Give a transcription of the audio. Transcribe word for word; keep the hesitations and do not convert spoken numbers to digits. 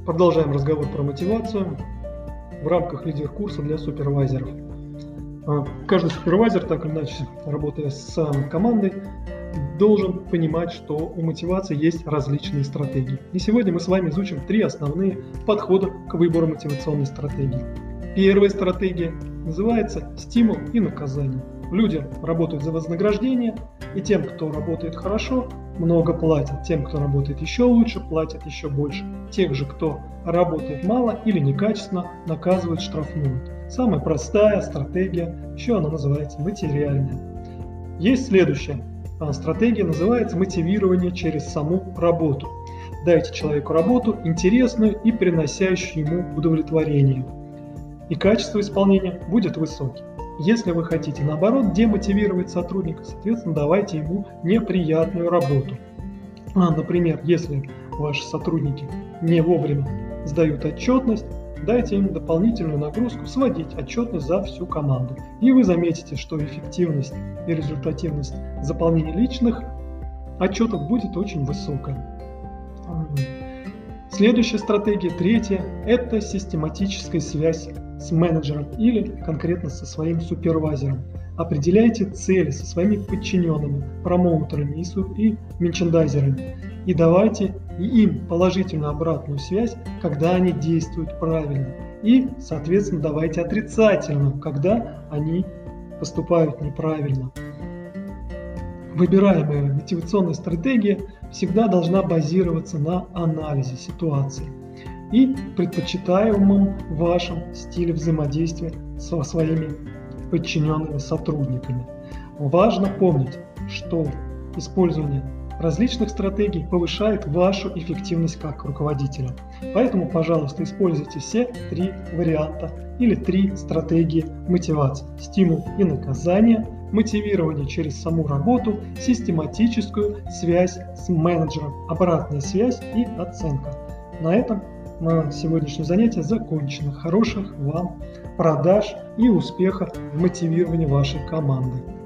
Продолжаем разговор про мотивацию в рамках лидер-курса для супервайзеров. Каждый супервайзер, так или иначе, работая с командой, должен понимать, что у мотивации есть различные стратегии. И сегодня мы с вами изучим три основные подхода к выбору мотивационной стратегии. Первая стратегия называется «стимул и наказание». Люди работают за вознаграждение, и тем, кто работает хорошо, много платят. Тем, кто работает еще лучше, платят еще больше. Тех же, кто работает мало или некачественно, наказывают, штрафуют. Самая простая стратегия, еще она называется материальная. Есть следующая стратегия, называется мотивирование через саму работу. Дайте человеку работу интересную и приносящую ему удовлетворение. И качество исполнения будет высоким. Если вы хотите, наоборот, демотивировать сотрудника, соответственно, давайте ему неприятную работу. А, например, если ваши сотрудники не вовремя сдают отчетность, дайте им дополнительную нагрузку сводить отчетность за всю команду. И вы заметите, что эффективность и результативность заполнения личных отчетов будет очень высокая. Следующая стратегия, третья, это систематическая связь с менеджером или конкретно со своим супервайзером. Определяйте цели со своими подчиненными, промоутерами и мерчендайзерами. И давайте им положительную обратную связь, когда они действуют правильно. И, соответственно, давайте отрицательную, когда они поступают неправильно. Выбираемая мотивационная стратегия всегда должна базироваться на анализе ситуации и предпочитаемом вашем стиле взаимодействия со своими подчиненными сотрудниками. Важно помнить, что использование различных стратегий повышает вашу эффективность как руководителя. Поэтому, пожалуйста, используйте все три варианта или три стратегии мотивации: стимул и наказание, мотивирование через саму работу, систематическую связь с менеджером, обратная связь и оценка. На этом на сегодняшнее занятие закончено. Хороших вам продаж и успеха в мотивировании вашей команды.